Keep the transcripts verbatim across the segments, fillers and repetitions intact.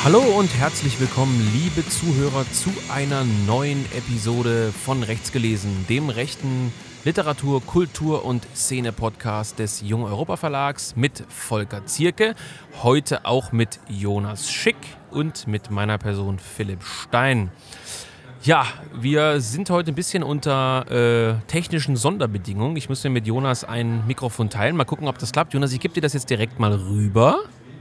Hallo und herzlich willkommen, liebe Zuhörer, zu einer neuen Episode von Rechts gelesen, dem rechten Literatur-, Kultur- und Szene-Podcast des Jung Europa Verlags mit Volker Zierke, heute auch mit Jonas Schick und mit meiner Person Philipp Stein. Ja, wir sind heute ein bisschen unter äh, technischen Sonderbedingungen. Ich muss mir mit Jonas ein Mikrofon teilen. Mal gucken, ob das klappt. Jonas, ich gebe dir das jetzt direkt mal rüber.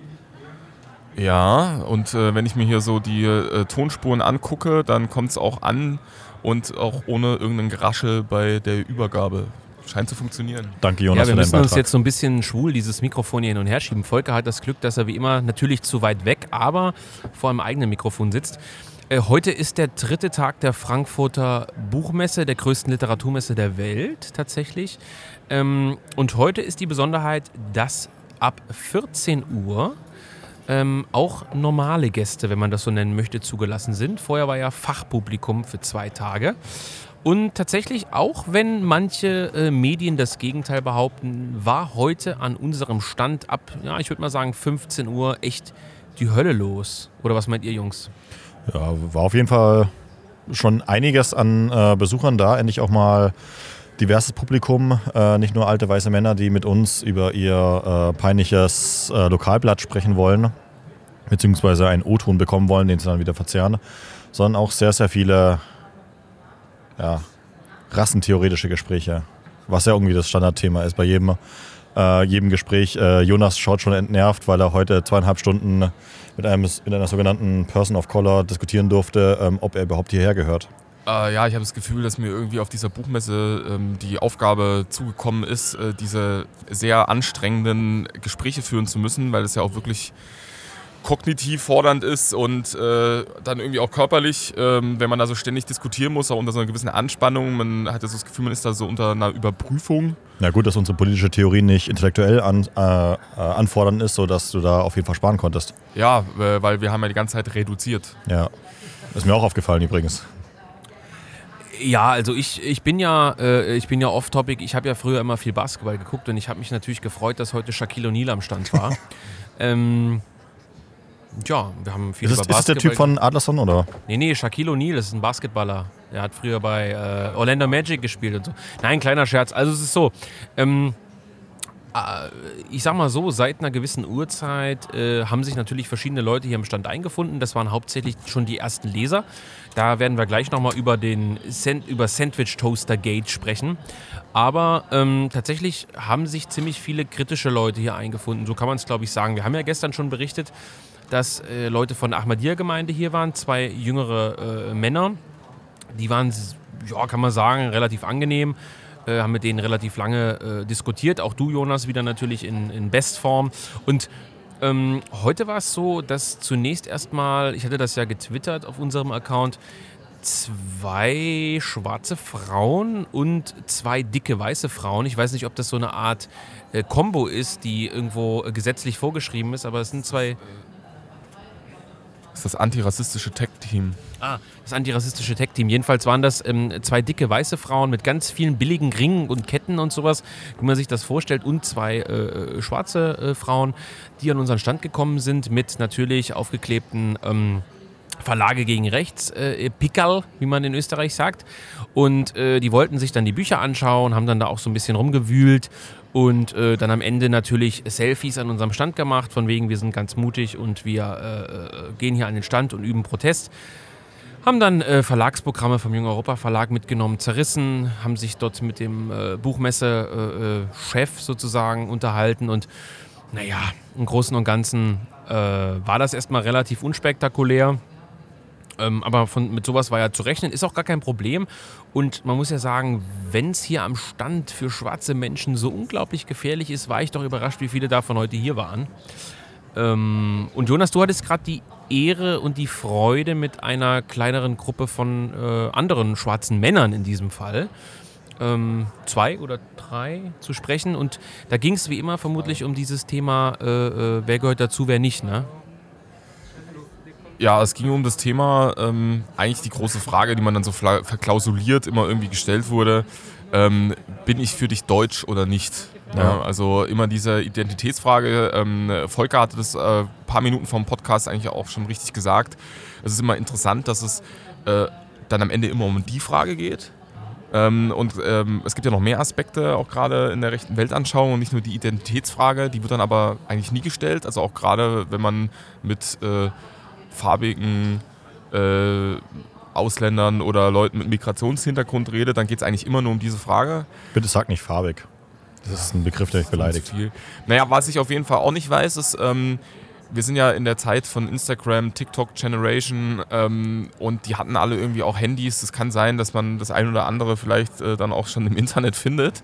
Ja, und äh, wenn ich mir hier so die äh, Tonspuren angucke, dann kommt es auch an und auch ohne irgendein Geraschel bei der Übergabe. Scheint zu funktionieren. Danke, Jonas, ja, wir für deinen müssen Beitrag. uns jetzt so ein bisschen schwul dieses Mikrofon hier hin und her schieben. Volker hat das Glück, dass er wie immer natürlich zu weit weg, aber vor einem eigenen Mikrofon sitzt. Äh, heute ist der dritte Tag der Frankfurter Buchmesse, der größten Literaturmesse der Welt tatsächlich. Ähm, und heute ist die Besonderheit, dass ab vierzehn Uhr Ähm, auch normale Gäste, wenn man das so nennen möchte, zugelassen sind. Vorher war ja Fachpublikum für zwei Tage. Und tatsächlich, auch wenn manche äh, Medien das Gegenteil behaupten, war heute an unserem Stand ab, ja, ich würde mal sagen fünfzehn Uhr echt die Hölle los. Oder was meint ihr, Jungs? Ja, war auf jeden Fall schon einiges an äh, Besuchern da. Endlich auch mal diverses Publikum, äh, nicht nur alte weiße Männer, die mit uns über ihr äh, peinliches äh, Lokalblatt sprechen wollen, beziehungsweise einen O-Ton bekommen wollen, den sie dann wieder verzehren, sondern auch sehr, sehr viele ja, rassentheoretische Gespräche, was ja irgendwie das Standardthema ist bei jedem, äh, jedem Gespräch. Äh, Jonas schaut schon entnervt, weil er heute zweieinhalb Stunden mit, einem, mit einer sogenannten Person of Color diskutieren durfte, ähm, ob er überhaupt hierher gehört. Äh, ja, ich habe das Gefühl, dass mir irgendwie auf dieser Buchmesse ähm, die Aufgabe zugekommen ist, äh, diese sehr anstrengenden Gespräche führen zu müssen, weil es ja auch wirklich kognitiv fordernd ist und äh, dann irgendwie auch körperlich, ähm, wenn man da so ständig diskutieren muss, auch unter so einer gewissen Anspannung. Man hat ja so das Gefühl, man ist da so unter einer Überprüfung. Na gut, dass unsere politische Theorie nicht intellektuell an, äh, anfordernd ist, sodass du da auf jeden Fall sparen konntest. Ja, äh, weil wir haben ja die ganze Zeit reduziert. Ja, ist mir auch aufgefallen übrigens. Ja, also ich, ich bin ja äh, ich bin ja off-topic. Ich habe ja früher immer viel Basketball geguckt und ich habe mich natürlich gefreut, dass heute Shaquille O'Neal am Stand war. ähm, ja, wir haben viel ist über es, Basketball. Ist es der Typ von Adlerson, oder? Nee, nee, Shaquille O'Neal ist ein Basketballer. Er hat früher bei äh, Orlando Magic gespielt und so. Nein, kleiner Scherz. Also es ist so, ähm, äh, ich sag mal so, seit einer gewissen Uhrzeit äh, haben sich natürlich verschiedene Leute hier am Stand eingefunden. Das waren hauptsächlich schon die ersten Leser. Da werden wir gleich nochmal über den Sand- über Sandwich Toaster Gate sprechen. Aber ähm, tatsächlich haben sich ziemlich viele kritische Leute hier eingefunden. So kann man es, glaube ich, sagen. Wir haben ja gestern schon berichtet, dass äh, Leute von der Ahmadiyya-Gemeinde hier waren, zwei jüngere äh, Männer. Die waren, ja, kann man sagen, relativ angenehm, äh, haben mit denen relativ lange äh, diskutiert. Auch du, Jonas, wieder natürlich in, in Bestform. Und ähm, heute war es so, dass zunächst erstmal, ich hatte das ja getwittert auf unserem Account, zwei schwarze Frauen und zwei dicke weiße Frauen. Ich weiß nicht, ob das so eine Art äh, Kombo ist, die irgendwo äh, gesetzlich vorgeschrieben ist, aber es sind zwei... Das ist das antirassistische Tech-Team. Ah, das antirassistische Tech-Team. Jedenfalls waren das ähm, zwei dicke weiße Frauen mit ganz vielen billigen Ringen und Ketten und sowas, wie man sich das vorstellt, und zwei äh, schwarze äh, Frauen, die an unseren Stand gekommen sind mit natürlich aufgeklebten ähm, Verlage gegen rechts, äh, Pickerl, wie man in Österreich sagt. Und äh, die wollten sich dann die Bücher anschauen, haben dann da auch so ein bisschen rumgewühlt und äh, dann am Ende natürlich Selfies an unserem Stand gemacht, von wegen, wir sind ganz mutig und wir äh, gehen hier an den Stand und üben Protest. Haben dann äh, Verlagsprogramme vom Jung Europa Verlag mitgenommen, zerrissen, haben sich dort mit dem äh, Buchmesse-Chef äh, sozusagen unterhalten und naja, im Großen und Ganzen äh, war das erstmal relativ unspektakulär. Ähm, aber von, mit sowas war ja zu rechnen, ist auch gar kein Problem. Und man muss ja sagen, wenn es hier am Stand für schwarze Menschen so unglaublich gefährlich ist, war ich doch überrascht, wie viele davon heute hier waren. Ähm, und Jonas, du hattest gerade die Ehre und die Freude, mit einer kleineren Gruppe von äh, anderen schwarzen Männern in diesem Fall, ähm, zwei oder drei zu sprechen. Und da ging es wie immer vermutlich um dieses Thema, äh, äh, wer gehört dazu, wer nicht, ne? Ja, es ging um das Thema, ähm, eigentlich die große Frage, die man dann so verklausuliert immer irgendwie gestellt wurde, ähm, bin ich für dich deutsch oder nicht? Ja. Ja, also immer diese Identitätsfrage. Ähm, Volker hatte das ein äh, paar Minuten vom Podcast eigentlich auch schon richtig gesagt. Es ist immer interessant, dass es äh, dann am Ende immer um die Frage geht. Ähm, und ähm, es gibt ja noch mehr Aspekte, auch gerade in der rechten Weltanschauung und nicht nur die Identitätsfrage, die wird dann aber eigentlich nie gestellt. Also auch gerade, wenn man mit äh, farbigen äh, Ausländern oder Leuten mit Migrationshintergrund redet, dann geht es eigentlich immer nur um diese Frage. Bitte sag nicht farbig. Das ist ein Begriff, der mich beleidigt. Viel. Naja, was ich auf jeden Fall auch nicht weiß, ist, ähm, wir sind ja in der Zeit von Instagram, TikTok Generation ähm, und die hatten alle irgendwie auch Handys. Es kann sein, dass man das ein oder andere vielleicht äh, dann auch schon im Internet findet,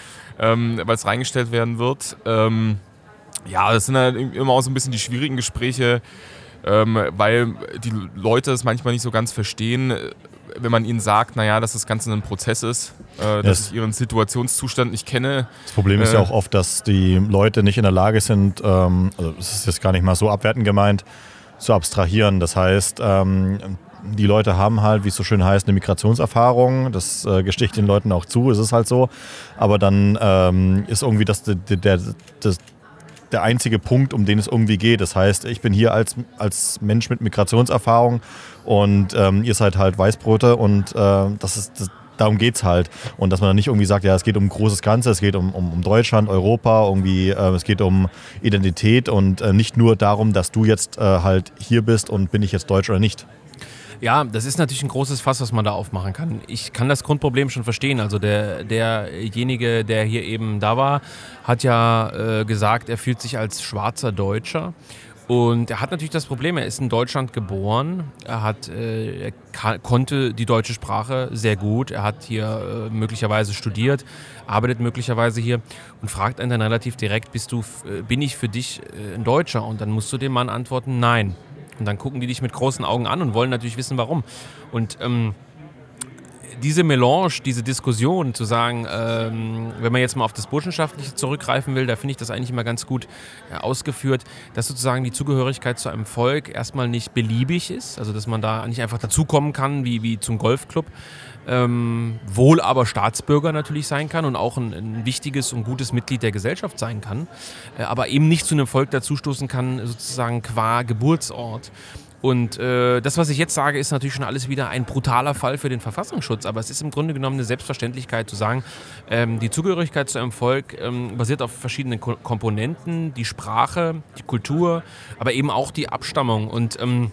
ähm, weil es reingestellt werden wird. Ähm, ja, das sind halt immer auch so ein bisschen die schwierigen Gespräche, ähm, weil die Leute es manchmal nicht so ganz verstehen, wenn man ihnen sagt, naja, dass das Ganze ein Prozess ist, äh, dass yes. ich ihren Situationszustand nicht kenne. Das Problem ist äh, ja auch oft, dass die Leute nicht in der Lage sind, ähm, also das ist jetzt gar nicht mal so abwertend gemeint, zu abstrahieren. Das heißt, ähm, die Leute haben halt, wie es so schön heißt, eine Migrationserfahrung. Das äh, gestehe ich den Leuten auch zu, es ist halt so. Aber dann ähm, ist irgendwie das, der, der, das, der einzige Punkt, um den es irgendwie geht. Das heißt, ich bin hier als, als Mensch mit Migrationserfahrung und ähm, ihr seid halt Weißbrote und äh, das ist, das, darum geht es halt. Und dass man dann nicht irgendwie sagt, ja, es geht um ein großes Ganze, es geht um, um, um Deutschland, Europa, irgendwie, äh, es geht um Identität und äh, nicht nur darum, dass du jetzt äh, halt hier bist und bin ich jetzt Deutsch oder nicht. Ja, das ist natürlich ein großes Fass, was man da aufmachen kann. Ich kann das Grundproblem schon verstehen. Also der, derjenige, der hier eben da war, hat ja äh, gesagt, er fühlt sich als schwarzer Deutscher. Und er hat natürlich das Problem, er ist in Deutschland geboren, er, hat, äh, er ka- konnte die deutsche Sprache sehr gut, er hat hier äh, möglicherweise studiert, arbeitet möglicherweise hier und fragt einen dann relativ direkt, bist du, äh, bin ich für dich äh, ein Deutscher? Und dann musst du dem Mann antworten, nein. Und dann gucken die dich mit großen Augen an und wollen natürlich wissen, warum. Und ähm, diese Melange, diese Diskussion zu sagen, ähm, wenn man jetzt mal auf das Burschenschaftliche zurückgreifen will, da finde ich das eigentlich immer ganz gut äh, ausgeführt, dass sozusagen die Zugehörigkeit zu einem Volk erstmal nicht beliebig ist, also dass man da nicht einfach dazukommen kann wie, wie zum Golfclub, ähm, wohl aber Staatsbürger natürlich sein kann und auch ein, ein wichtiges und gutes Mitglied der Gesellschaft sein kann, äh, aber eben nicht zu einem Volk dazustoßen kann, sozusagen qua Geburtsort. Und äh, das, was ich jetzt sage, ist natürlich schon alles wieder ein brutaler Fall für den Verfassungsschutz. Aber es ist im Grunde genommen eine Selbstverständlichkeit zu sagen, ähm, die Zugehörigkeit zu einem Volk ähm, basiert auf verschiedenen Ko- Komponenten, die Sprache, die Kultur, aber eben auch die Abstammung. Und ähm,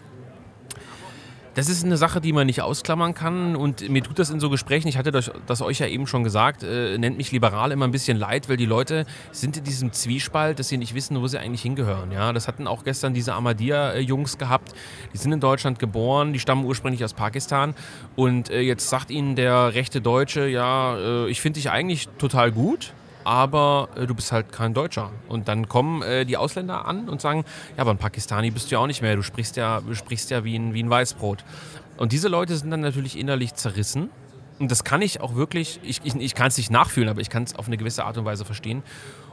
das ist eine Sache, die man nicht ausklammern kann und mir tut das in so Gesprächen, ich hatte das, das euch ja eben schon gesagt, äh, nennt mich liberal immer ein bisschen leid, weil die Leute sind in diesem Zwiespalt, dass sie nicht wissen, wo sie eigentlich hingehören. Ja? Das hatten auch gestern diese Ahmadiyya-Jungs gehabt, die sind in Deutschland geboren, die stammen ursprünglich aus Pakistan und äh, jetzt sagt ihnen der rechte Deutsche, ja, äh, ich finde dich eigentlich total gut, aber äh, du bist halt kein Deutscher. Und dann kommen äh, die Ausländer an und sagen, ja, aber ein Pakistani bist du ja auch nicht mehr, du sprichst ja, du sprichst ja wie ein, wie ein Weißbrot. Und diese Leute sind dann natürlich innerlich zerrissen. Und das kann ich auch wirklich, ich, ich, ich kann es nicht nachfühlen, aber ich kann es auf eine gewisse Art und Weise verstehen.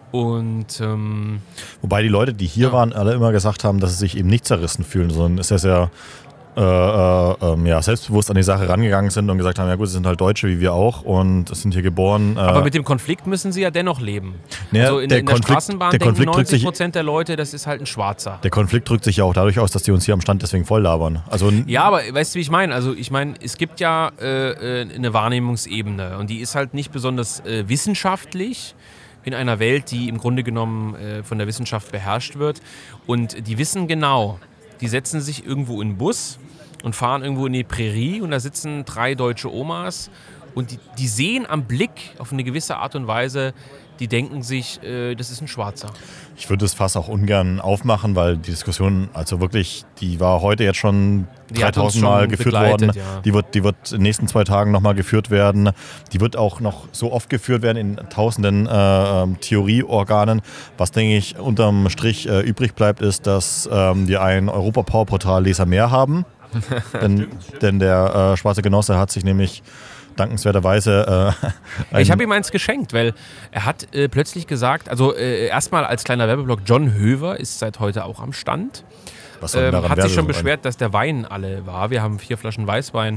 Und ähm, wobei die Leute, die hier ja. waren, alle immer gesagt haben, dass sie sich eben nicht zerrissen fühlen, sondern es ist ja Äh, äh, ja, selbstbewusst an die Sache rangegangen sind und gesagt haben, ja gut, sie sind halt Deutsche wie wir auch und sind hier geboren. Äh Aber mit dem Konflikt müssen sie ja dennoch leben. Naja, also in der, in der Konflikt, Straßenbahn der denken Konflikt neunzig Prozent der Leute, das ist halt ein Schwarzer. Der Konflikt drückt sich ja auch dadurch aus, dass die uns hier am Stand deswegen voll labern. Also ja, aber weißt du, wie ich meine? Also ich meine, es gibt ja äh, eine Wahrnehmungsebene und die ist halt nicht besonders äh, wissenschaftlich in einer Welt, die im Grunde genommen äh, von der Wissenschaft beherrscht wird. Und die wissen genau, die setzen sich irgendwo in den Bus und fahren irgendwo in die Prärie und da sitzen drei deutsche Omas und die, die sehen am Blick auf eine gewisse Art und Weise, die denken sich, äh, das ist ein Schwarzer. Ich würde das Fass auch ungern aufmachen, weil die Diskussion, also wirklich, die war heute jetzt schon dreitausend Mal geführt worden. Ja. Die wird, die wird in den nächsten zwei Tagen nochmal geführt werden. Die wird auch noch so oft geführt werden in tausenden äh, Theorieorganen. Was, denke ich, unterm Strich äh, übrig bleibt, ist, dass ähm, wir ein Europapower-Portal-Leser mehr haben. denn, denn der äh, schwarze Genosse hat sich nämlich dankenswerterweise äh, ich habe ihm eins geschenkt, weil er hat äh, plötzlich gesagt, also äh, erstmal als kleiner Werbeblock, John Höver ist seit heute auch am Stand. Was soll ähm, hat sich schon beschwert, dass der Wein alle war. Wir haben vier Flaschen Weißwein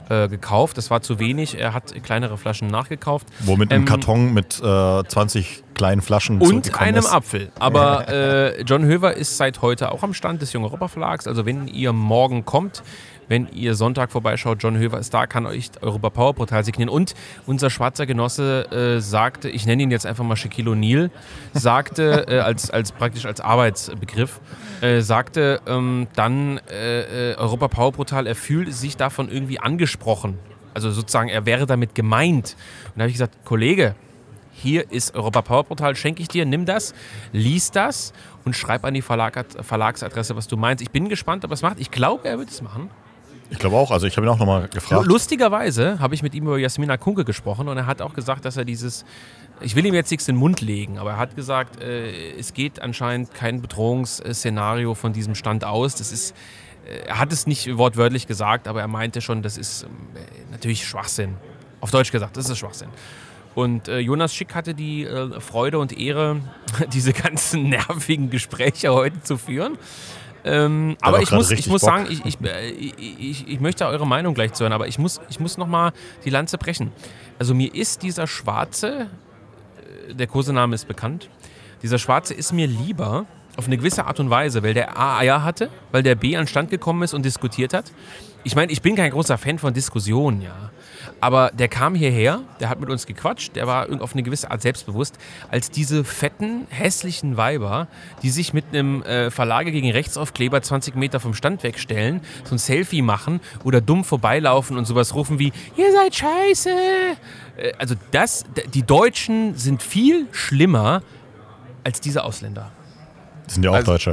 äh, gekauft. Das war zu wenig. Er hat kleinere Flaschen nachgekauft. Wo mit einem ähm, Karton mit äh, zwanzig kleinen Flaschen und einem ist. Apfel. Aber äh, John Höver ist seit heute auch am Stand des Jung Europa Verlags. Also wenn ihr morgen kommt, wenn ihr Sonntag vorbeischaut, John Höver ist da, kann euch Europa Power Portal signieren. Und unser schwarzer Genosse äh, sagte, ich nenne ihn jetzt einfach mal Shaquille O'Neal, sagte, äh, als, als praktisch als Arbeitsbegriff, äh, sagte ähm, dann äh, Europa Power Portal, er fühlt sich davon irgendwie angesprochen. Also sozusagen, er wäre damit gemeint. Und da habe ich gesagt, Kollege, hier ist Europa Power Portal, schenke ich dir, nimm das, lies das und schreib an die Verlag- Verlagsadresse, was du meinst. Ich bin gespannt, ob er es macht. Ich glaube, er wird es machen. Ich glaube auch, also ich habe ihn auch nochmal gefragt. Lustigerweise habe ich mit ihm über Jasmina Kunke gesprochen und er hat auch gesagt, dass er dieses, ich will ihm jetzt nichts in den Mund legen, aber er hat gesagt, äh, es geht anscheinend kein Bedrohungsszenario von diesem Stand aus. Das ist, äh, er hat es nicht wortwörtlich gesagt, aber er meinte schon, das ist äh, natürlich Schwachsinn. Auf Deutsch gesagt, das ist Schwachsinn. Und äh, Jonas Schick hatte die äh, Freude und Ehre, diese ganzen nervigen Gespräche heute zu führen. Ähm, aber ich muss, ich muss sagen, ich, ich, ich, ich möchte eure Meinung gleich zu hören, aber ich muss, ich muss nochmal die Lanze brechen. Also mir ist dieser Schwarze, der Kosename ist bekannt, dieser Schwarze ist mir lieber auf eine gewisse Art und Weise, weil der A Eier hatte, weil der B an den Stand gekommen ist und diskutiert hat. Ich meine, ich bin kein großer Fan von Diskussionen, ja. Aber der kam hierher, der hat mit uns gequatscht, der war auf eine gewisse Art selbstbewusst, als diese fetten, hässlichen Weiber, die sich mit einem äh, Verlage gegen Rechtsaufkleber zwanzig Meter vom Stand wegstellen, so ein Selfie machen oder dumm vorbeilaufen und sowas rufen wie, ihr seid scheiße. Äh, also das, die Deutschen sind viel schlimmer als diese Ausländer. Das sind ja auch also, Deutsche.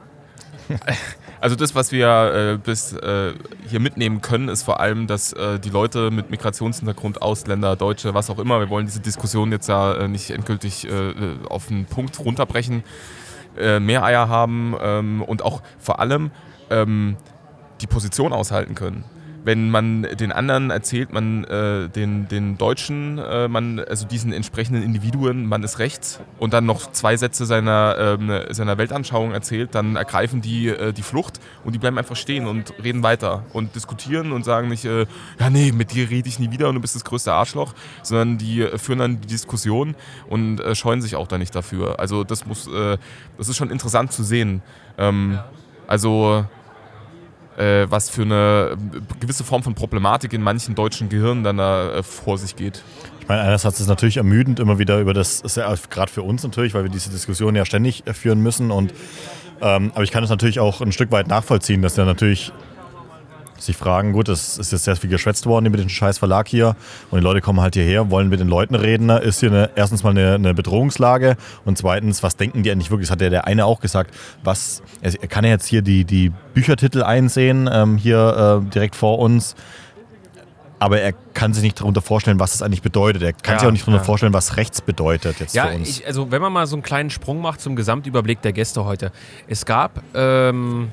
Also das, was wir äh, bis äh, hier mitnehmen können, ist vor allem, dass äh, die Leute mit Migrationshintergrund, Ausländer, Deutsche, was auch immer, wir wollen diese Diskussion jetzt ja äh, nicht endgültig äh, auf einen Punkt runterbrechen, äh, mehr Eier haben ähm, und auch vor allem ähm, die Position aushalten können. Wenn man den anderen erzählt, man äh, den, den Deutschen, äh, man, also diesen entsprechenden Individuen, man ist rechts und dann noch zwei Sätze seiner, ähm, seiner Weltanschauung erzählt, dann ergreifen die äh, die Flucht und die bleiben einfach stehen und reden weiter und diskutieren und sagen nicht, äh, ja nee, mit dir rede ich nie wieder und du bist das größte Arschloch, sondern die äh, führen dann die Diskussion und äh, scheuen sich auch da nicht dafür. Also das muss, äh, das ist schon interessant zu sehen. Ähm, also Äh, was für eine gewisse Form von Problematik in manchen deutschen Gehirnen dann da äh, vor sich geht. Ich meine, einerseits ist es natürlich ermüdend, immer wieder über das, ist ja gerade für uns natürlich, weil wir diese Diskussion ja ständig äh, führen müssen. Und, ähm, aber ich kann es natürlich auch ein Stück weit nachvollziehen, dass der natürlich sich fragen, gut, es ist jetzt sehr viel geschwätzt worden mit dem scheiß Verlag hier und die Leute kommen halt hierher, wollen mit den Leuten reden, ist hier eine, erstens mal eine, eine Bedrohungslage und zweitens, was denken die eigentlich wirklich, das hat ja der eine auch gesagt, was, er kann ja jetzt hier die, die Büchertitel einsehen, ähm, hier äh, direkt vor uns, aber er kann sich nicht darunter vorstellen, was das eigentlich bedeutet. Er kann ja, sich auch nicht darunter ja. vorstellen, was rechts bedeutet jetzt ja, für uns. Ich, also wenn man mal so einen kleinen Sprung macht zum Gesamtüberblick der Gäste heute. Es gab ähm,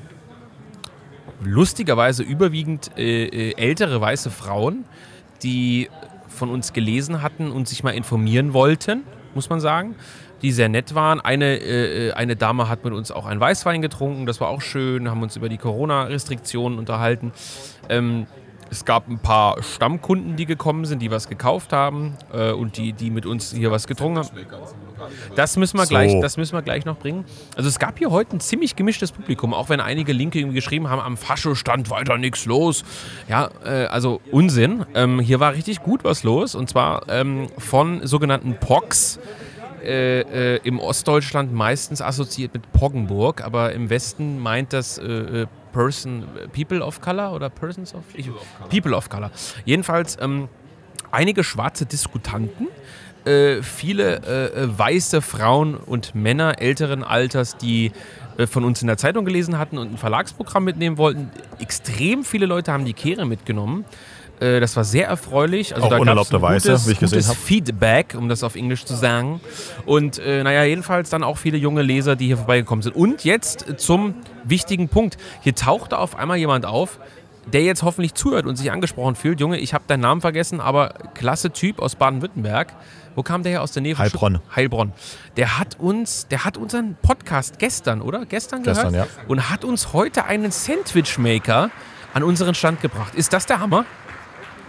lustigerweise überwiegend äh, ältere weiße Frauen, die von uns gelesen hatten und sich mal informieren wollten, muss man sagen, die sehr nett waren. Eine, äh, eine Dame hat mit uns auch einen Weißwein getrunken, das war auch schön, haben uns über die Corona-Restriktionen unterhalten. Ähm, es gab ein paar Stammkunden, die gekommen sind, die was gekauft haben äh, und die, die mit uns hier was getrunken haben. Das müssen wir, so. gleich, das müssen wir gleich noch bringen. Also es gab hier heute ein ziemlich gemischtes Publikum, auch wenn einige Linke irgendwie geschrieben haben, am Fascho stand weiter nichts los. Ja, äh, also Unsinn. Ähm, hier war richtig gut was los und zwar ähm, von sogenannten P O Gs. Äh, äh, im Ostdeutschland meistens assoziiert mit Poggenburg, aber im Westen meint das äh, Person, People of Color oder Persons of, ich, of Color. People of Color. Jedenfalls ähm, einige schwarze Diskutanten, äh, viele äh, weiße Frauen und Männer älteren Alters, die äh, von uns in der Zeitung gelesen hatten und ein Verlagsprogramm mitnehmen wollten. Extrem viele Leute haben die Kehre mitgenommen. Das war sehr erfreulich. Also auch da unerlaubterweise, wie ich gesehen habe. Feedback, um das auf Englisch zu sagen. Und äh, naja, jedenfalls dann auch viele junge Leser, die hier vorbeigekommen sind. Und jetzt zum wichtigen Punkt. Hier tauchte auf einmal jemand auf, der jetzt hoffentlich zuhört und sich angesprochen fühlt. Junge, ich habe deinen Namen vergessen, aber klasse Typ aus Baden-Württemberg. Wo kam der her? Aus der Nähe von Heilbronn. Stutt- Heilbronn. Der hat uns, der hat unseren Podcast gestern, oder? Gestern gehört? Gestern, ja. Und hat uns heute einen Sandwichmaker an unseren Stand gebracht. Ist das der Hammer?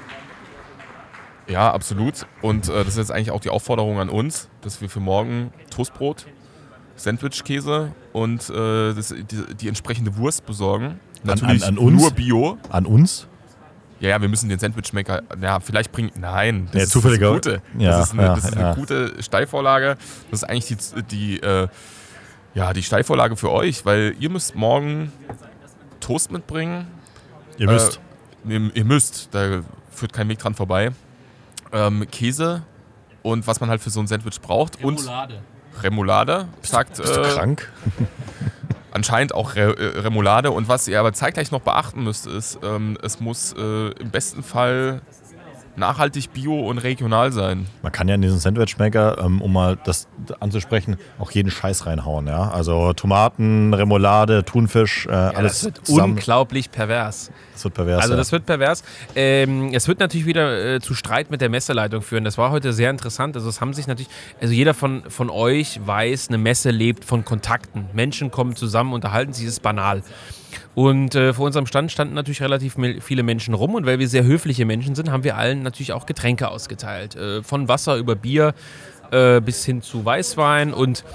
Ja, absolut. Und äh, das ist jetzt eigentlich auch die Aufforderung an uns, dass wir für morgen Toastbrot, Sandwichkäse und äh, das, die, die entsprechende Wurst besorgen. Natürlich an, an, an uns? Nur Bio. An uns? Ja, ja, wir müssen den Sandwichmaker, ja, vielleicht bringen, nein, das, ja, ist, zufälliger, das ist eine gute, ja, das ist eine, ja, das ist eine ja. gute Steilvorlage. Das ist eigentlich die, die, äh, ja, die Steilvorlage für euch, weil ihr müsst morgen Toast mitbringen. Ihr müsst. Äh, ihr, ihr müsst, da führt kein Weg dran vorbei. Ähm, Käse und was man halt für so ein Sandwich braucht. Remoulade. Und Remoulade, sagt Bist du äh, krank? anscheinend auch Re äh, Remoulade. Und was ihr aber zeitgleich noch beachten müsst, ist, ähm, es muss äh, im besten Fall nachhaltig, bio und regional sein. Man kann ja in diesen Sandwichmaker, ähm, um mal das anzusprechen, auch jeden Scheiß reinhauen. Ja? Also Tomaten, Remoulade, Thunfisch, äh, Ja, alles das wird zusammen. unglaublich pervers. Das wird pervers. Also ja. das wird pervers. Ähm, es wird natürlich wieder äh, zu Streit mit der Messeleitung führen. Das war heute sehr interessant. Also es haben sich natürlich, also jeder von, von euch weiß, eine Messe lebt von Kontakten. Menschen kommen zusammen, unterhalten sich, das ist banal. Und äh, vor unserem Stand standen natürlich relativ viele Menschen rum und weil wir sehr höfliche Menschen sind, haben wir allen natürlich auch Getränke ausgeteilt. Äh, von Wasser über Bier äh, bis hin zu Weißwein und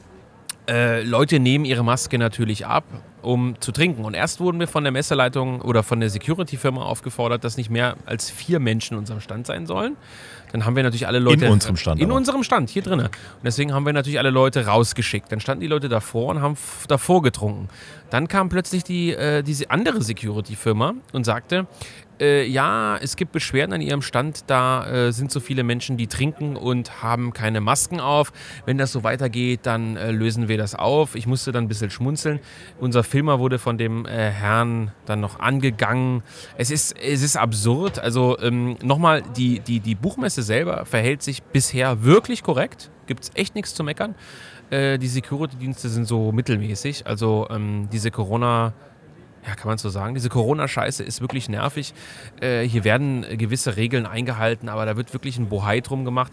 äh, Leute nehmen ihre Maske natürlich ab, um zu trinken. Und erst wurden wir von der Messeleitung oder von der Security-Firma aufgefordert, dass nicht mehr als vier Menschen in unserem Stand sein sollen. Dann haben wir natürlich alle Leute... In unserem Stand. In aber. unserem Stand, hier drinnen. Und deswegen haben wir natürlich alle Leute rausgeschickt. Dann standen die Leute davor und haben f- davor getrunken. Dann kam plötzlich die, äh, diese andere Security-Firma und sagte, äh, ja, es gibt Beschwerden an ihrem Stand, da äh, sind so viele Menschen, die trinken und haben keine Masken auf. Wenn das so weitergeht, dann äh, lösen wir das auf. Ich musste dann ein bisschen schmunzeln. Unser Filmer wurde von dem äh, Herrn dann noch angegangen. Es ist, es ist absurd. Also ähm, nochmal, die, die, die Buchmesse selber verhält sich bisher wirklich korrekt. Gibt es echt nichts zu meckern. Äh, die Security-Dienste sind so mittelmäßig. Also ähm, diese Corona- Ja, kann man so sagen. Diese Corona-Scheiße ist wirklich nervig. Äh, hier werden gewisse Regeln eingehalten, aber da wird wirklich ein Bohai drum gemacht.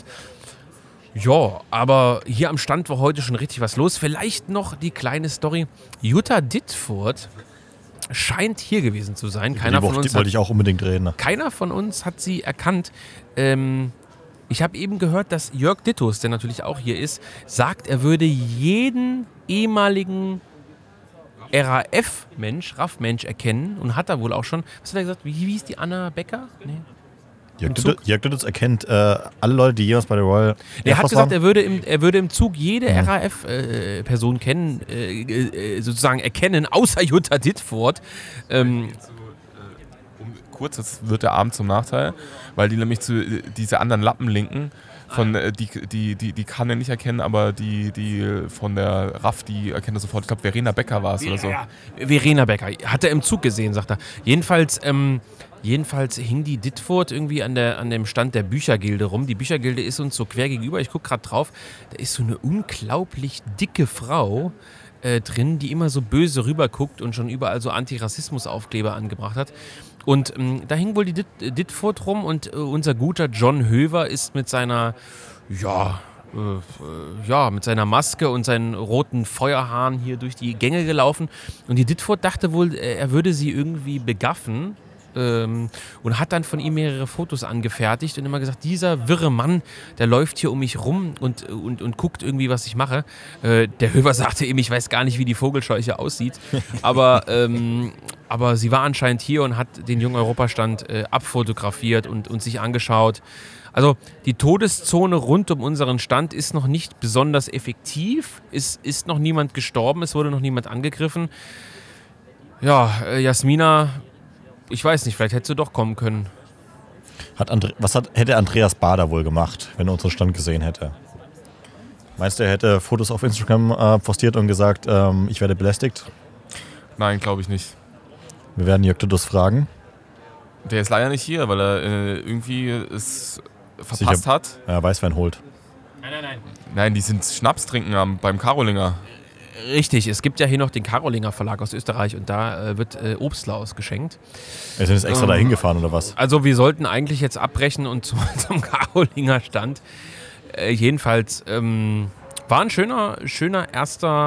Ja, aber hier am Stand war heute schon richtig was los. Vielleicht noch die kleine Story. Jutta Dittfurt scheint hier gewesen zu sein. Keiner die von uns wollte hat, ich auch unbedingt reden. Ne? keiner von uns hat sie erkannt. Ähm, ich habe eben gehört, dass Jörg Dittus, der natürlich auch hier ist, sagt, er würde jeden ehemaligen R A F-Mensch, R A F-Mensch erkennen und hat er wohl auch schon. Was hat er gesagt? Wie hieß die Anna Becker? Nee. Jörg Dittus, Jörg Dittus erkennt äh, alle Leute, die jemals bei der Royal Er Air hat Force gesagt, waren. er würde, im, er würde im Zug jede Ja. R A F-Person kennen, äh, äh, sozusagen erkennen, außer Jutta Dittfurt. Ähm, Um, kurz, das wird der Abend zum Nachteil, weil die nämlich zu äh, diese anderen Lappen linken. Von, äh, die, die, die, die kann er nicht erkennen, aber die, die von der R A F, die erkennt er sofort. Ich glaube, Verena Becker war es oder so. Ja, Verena Becker. Hat er im Zug gesehen, sagt er. Jedenfalls, ähm, jedenfalls hing die Dittfurt irgendwie an, der, an dem Stand der Büchergilde rum. Die Büchergilde ist uns so quer gegenüber. Ich gucke gerade drauf. Da ist so eine unglaublich dicke Frau äh, drin, die immer so böse rüberguckt und schon überall so Antirassismus-Aufkleber angebracht hat. Und ähm, da hing wohl die Ditt, äh, Dittfurt rum und äh, unser guter John Höver ist mit seiner, ja, äh, äh, ja, mit seiner Maske und seinen roten Feuerhahn hier durch die Gänge gelaufen. Und die Dittfurt dachte wohl, äh, er würde sie irgendwie begaffen. Ähm, und hat dann von ihm mehrere Fotos angefertigt und immer gesagt, dieser wirre Mann, der läuft hier um mich rum und, und, und guckt irgendwie, was ich mache. Äh, der Höver sagte ihm, ich weiß gar nicht, wie die Vogelscheuche aussieht, aber, ähm, aber sie war anscheinend hier und hat den jungen Europastand äh, abfotografiert und, und sich angeschaut. Also die Todeszone rund um unseren Stand ist noch nicht besonders effektiv, es ist noch niemand gestorben, es wurde noch niemand angegriffen. Ja, äh, Jasmina... Ich weiß nicht, vielleicht hättest du doch kommen können. Hat Andre- was hat, hätte Andreas Bader wohl gemacht, wenn er unseren Stand gesehen hätte? Meinst du, er hätte Fotos auf Instagram äh, postiert und gesagt, ähm, ich werde belästigt? Nein, glaube ich nicht. Wir werden Jörg Dittus fragen. Der ist leider nicht hier, weil er äh, irgendwie es verpasst Sicher. hat. Ja, Weißwein holt. Nein, nein, nein. Nein, die sind Schnaps trinken am, beim Karolinger. Richtig, es gibt ja hier noch den Karolinger Verlag aus Österreich und da äh, wird äh, Obstler ausgeschenkt. Wir sind jetzt extra Ähm, dahin gefahren oder was? Also wir sollten eigentlich jetzt abbrechen und zum, zum Karolinger Stand. Äh, jedenfalls ähm, war ein schöner, schöner erster,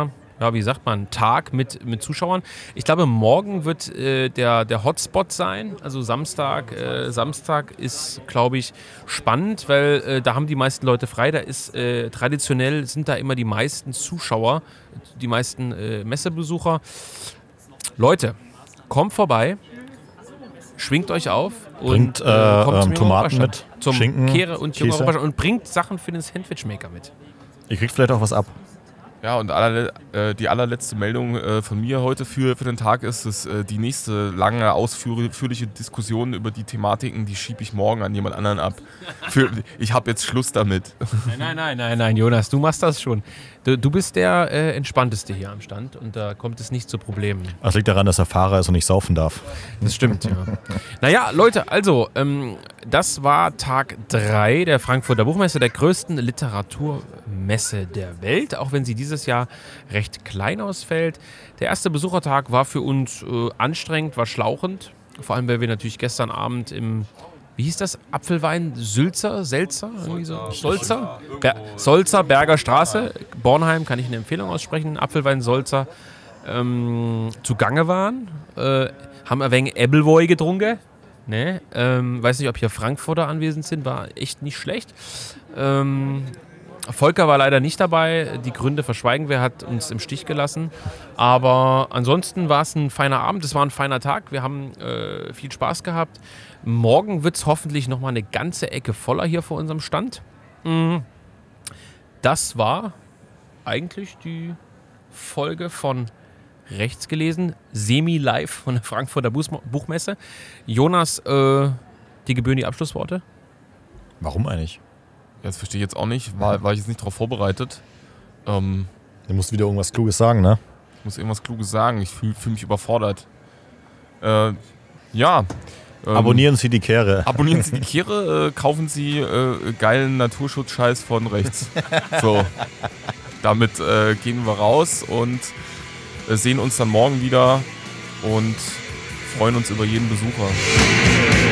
ja, wie sagt man, Tag mit, mit Zuschauern. Ich glaube, morgen wird äh, der, der Hotspot sein. Also Samstag. Äh, Samstag ist, glaube ich, spannend, weil äh, da haben die meisten Leute frei. Da ist äh, traditionell sind da immer die meisten Zuschauer, die meisten äh, Messebesucher. Leute, kommt vorbei, schwingt euch auf Bringt, und äh, kommt äh, zum ähm, Tomaten mit, zum Schinken, Kehre und Jung Käse. Europastand und bringt Sachen für den Sandwichmaker mit. Ihr kriegt vielleicht auch was ab. Ja, und allerle- äh, die allerletzte Meldung äh, von mir heute für, für den Tag ist, dass äh, die nächste lange, ausführliche Diskussion über die Thematiken, die schiebe ich morgen an jemand anderen ab. Für, ich habe jetzt Schluss damit. Nein, nein, nein, nein, nein, Jonas, du machst das schon. Du, du bist der äh, Entspannteste hier am Stand und da kommt es nicht zu Problemen. Das liegt daran, dass er Fahrer ist und nicht saufen darf. Das stimmt, ja. Naja, Leute, also, ähm, das war Tag drei der Frankfurter Buchmesse, der größten Literaturmesse der Welt, auch wenn sie dieses Jahr recht klein ausfällt. Der erste Besuchertag war für uns äh, anstrengend, war schlauchend, vor allem, weil wir natürlich gestern Abend im, wie hieß das, Apfelwein, Sülzer, Selzer, irgendwie so? Solzer? Ber- Solzer, Berger Straße, Bornheim, kann ich eine Empfehlung aussprechen, Apfelwein, Solzer, ähm, zugange waren, äh, haben ein wenig Ebbelwoi getrunken. Ne? Ähm, weiß nicht, ob hier Frankfurter anwesend sind, war echt nicht schlecht. Ähm, Volker war leider nicht dabei, die Gründe verschweigen wir, hat uns im Stich gelassen. Aber ansonsten war es ein feiner Abend, es war ein feiner Tag, wir haben äh, viel Spaß gehabt. Morgen wird es hoffentlich nochmal eine ganze Ecke voller hier vor unserem Stand. Das war eigentlich die Folge von Rechts gelesen, semi-live von der Frankfurter Buchmesse. Jonas, äh, die gebühren die Abschlussworte? Warum eigentlich? Ja, das verstehe ich jetzt auch nicht, war, war ich jetzt nicht darauf vorbereitet. Ähm, Du musst wieder irgendwas Kluges sagen, ne? ich muss irgendwas Kluges sagen, ich fühle fühl mich überfordert. Äh, ja. Ähm, Abonnieren Sie die Kehre. Abonnieren Sie die Kehre, äh, kaufen Sie äh, geilen Naturschutzscheiß von rechts. So, damit äh, gehen wir raus und äh, sehen uns dann morgen wieder und freuen uns über jeden Besucher.